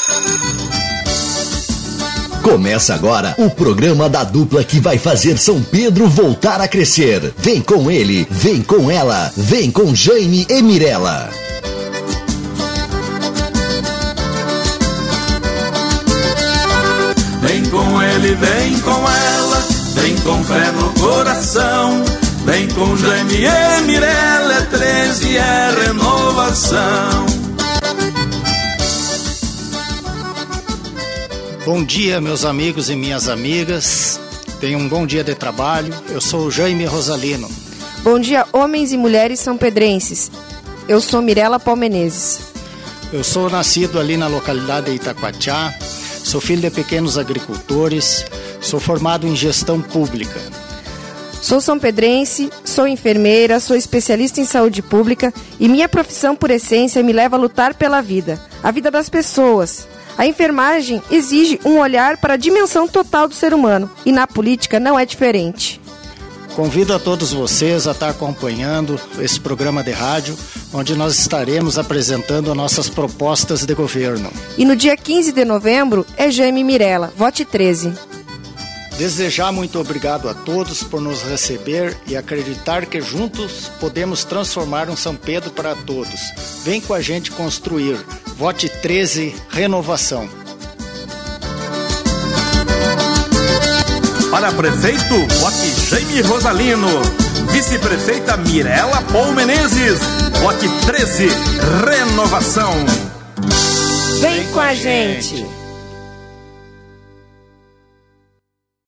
Começa agora o programa da dupla que vai fazer São Pedro voltar a crescer. Vem com ele, vem com ela, vem com Jaime e Mirela. Vem com ele, vem com ela, vem com fé no coração. Vem com Jaime e Mirela, é 13, é renovação. Bom dia, meus amigos e minhas amigas. Tenham um bom dia de trabalho. Eu sou o Jaime Rosalino. Bom dia, homens e mulheres são-pedrenses. Eu sou Mirela Palmenezes. Eu sou nascido ali na localidade de Itacoatiá. Sou filho de pequenos agricultores. Sou formado em gestão pública. Sou são-pedrense, sou enfermeira, sou especialista em saúde pública e minha profissão por essência me leva a lutar pela vida, a vida das pessoas. A enfermagem exige um olhar para a dimensão total do ser humano e na política não é diferente. Convido a todos vocês a estar acompanhando esse programa de rádio, onde nós estaremos apresentando nossas propostas de governo. E no dia 15 de novembro é Jaime e Mirela, vote 13. Desejar muito obrigado a todos por nos receber e acreditar que juntos podemos transformar um São Pedro para todos. Vem com a gente construir. Vote 13, renovação. Para prefeito, vote Jaime Rosalino. Vice-prefeita Mirela Palmenezes, vote 13, renovação. Vem com a gente.